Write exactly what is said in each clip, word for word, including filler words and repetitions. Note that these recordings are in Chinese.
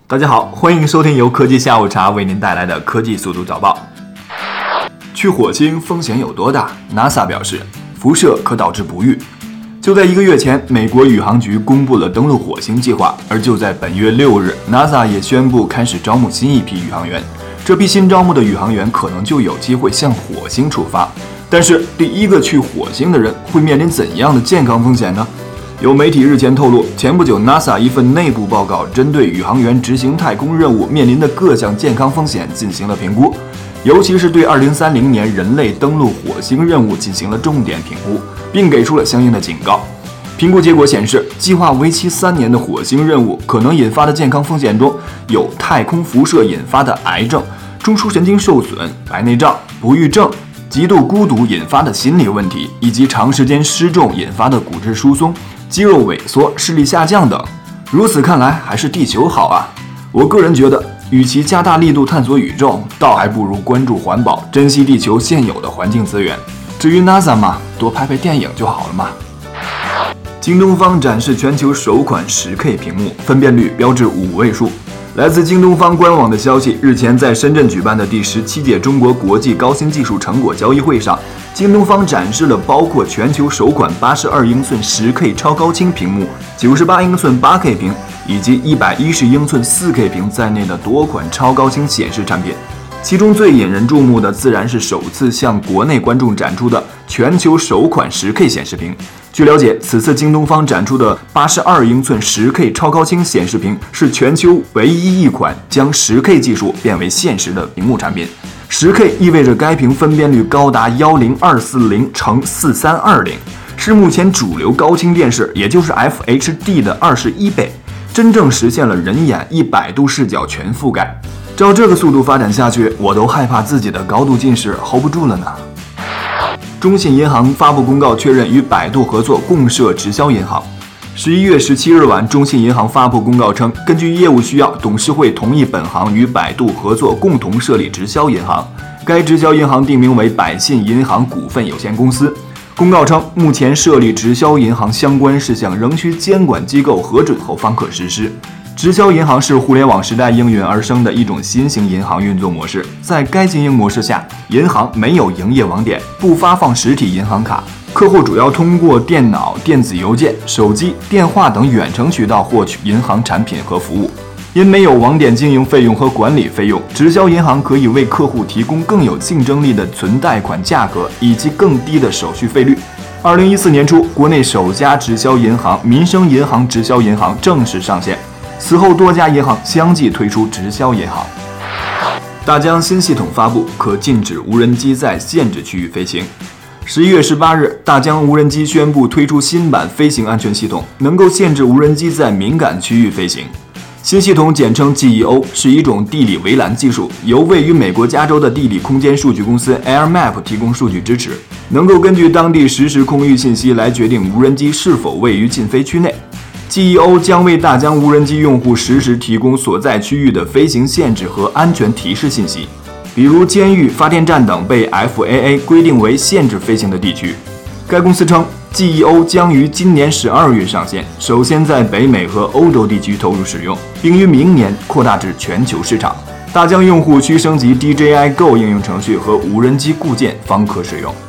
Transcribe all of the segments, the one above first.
大家好，欢迎收听由科技下午茶为您带来的科技速度早报。去火星风险有多大 ？NASA 表示，辐射可导致不育。就在一个月前，美国宇航局公布了登陆火星计划，而就在本月六日 ，NASA 也宣布开始招募新一批宇航员。这批新招募的宇航员可能就有机会向火星出发。但是，第一个去火星的人会面临怎样的健康风险呢？有媒体日前透露，前不久 NASA 一份内部报告针对宇航员执行太空任务面临的各项健康风险进行了评估，尤其是对二零三零年人类登陆火星任务进行了重点评估，并给出了相应的警告。评估结果显示，计划为期三年的火星任务可能引发的健康风险中有太空辐射引发的癌症、中枢神经受损、白内障、不育症、极度孤独引发的心理问题，以及长时间失重引发的骨质疏松、肌肉萎缩、视力下降等。如此看来，还是地球好啊！我个人觉得，与其加大力度探索宇宙，倒还不如关注环保，珍惜地球现有的环境资源。至于 NASA 嘛，多拍拍电影就好了嘛。京东方展示全球首款 十 K 屏幕，分辨率标至五位数。来自京东方官网的消息，日前在深圳举办的第十七届中国国际高新技术成果交易会上，京东方展示了包括全球首款八十二英寸 十 K 超高清屏幕、九十八英寸 八 K 屏以及一百一十英寸 四 K 屏在内的多款超高清显示产品。其中最引人注目的自然是首次向国内观众展出的全球首款 十 K 显示屏。据了解，此次京东方展出的八十二英寸 十 K 超高清显示屏是全球唯一一款将 十 K 技术变为现实的屏幕产品。十 K 意味着该屏分辨率高达一零二四零乘四三二零，是目前主流高清电视，也就是 F H D 的二十一倍，真正实现了人眼一百度视角全覆盖。照这个速度发展下去，我都害怕自己的高度近视 hold 不住了呢。中信银行发布公告确认与百度合作共设直销银行。十一月十七日晚，中信银行发布公告称，根据业务需要，董事会同意本行与百度合作，共同设立直销银行。该直销银行定名为百信银行股份有限公司。公告称，目前设立直销银行相关事项仍需监管机构核准后方可实施。直销银行是互联网时代应运而生的一种新型银行运作模式。在该经营模式下，银行没有营业网点，不发放实体银行卡，客户主要通过电脑、电子邮件、手机、电话等远程渠道获取银行产品和服务。因没有网点经营费用和管理费用，直销银行可以为客户提供更有竞争力的存贷款价格以及更低的手续费率。二零一四年初，国内首家直销银行民生银行直销银行正式上线。此后，多家银行相继推出直销银行。大疆新系统发布，可禁止无人机在限制区域飞行。十一月十八日，大疆无人机宣布推出新版飞行安全系统，能够限制无人机在敏感区域飞行。新系统简称 G E O， 是一种地理围栏技术，由位于美国加州的地理空间数据公司 AirMap 提供数据支持，能够根据当地实时空域信息来决定无人机是否位于禁飞区内。G E O 将为大疆无人机用户实时提供所在区域的飞行限制和安全提示信息，比如监狱、发电站等被 F A A 规定为限制飞行的地区。该公司称 ，G E O 将于今年十二月上线，首先在北美和欧洲地区投入使用，并于明年扩大至全球市场。大疆用户需升级 D J I Go 应用程序和无人机固件方可使用。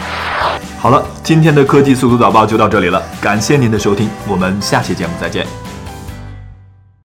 好了，今天的科技速度早报就到这里了，感谢您的收听，我们下期节目再见。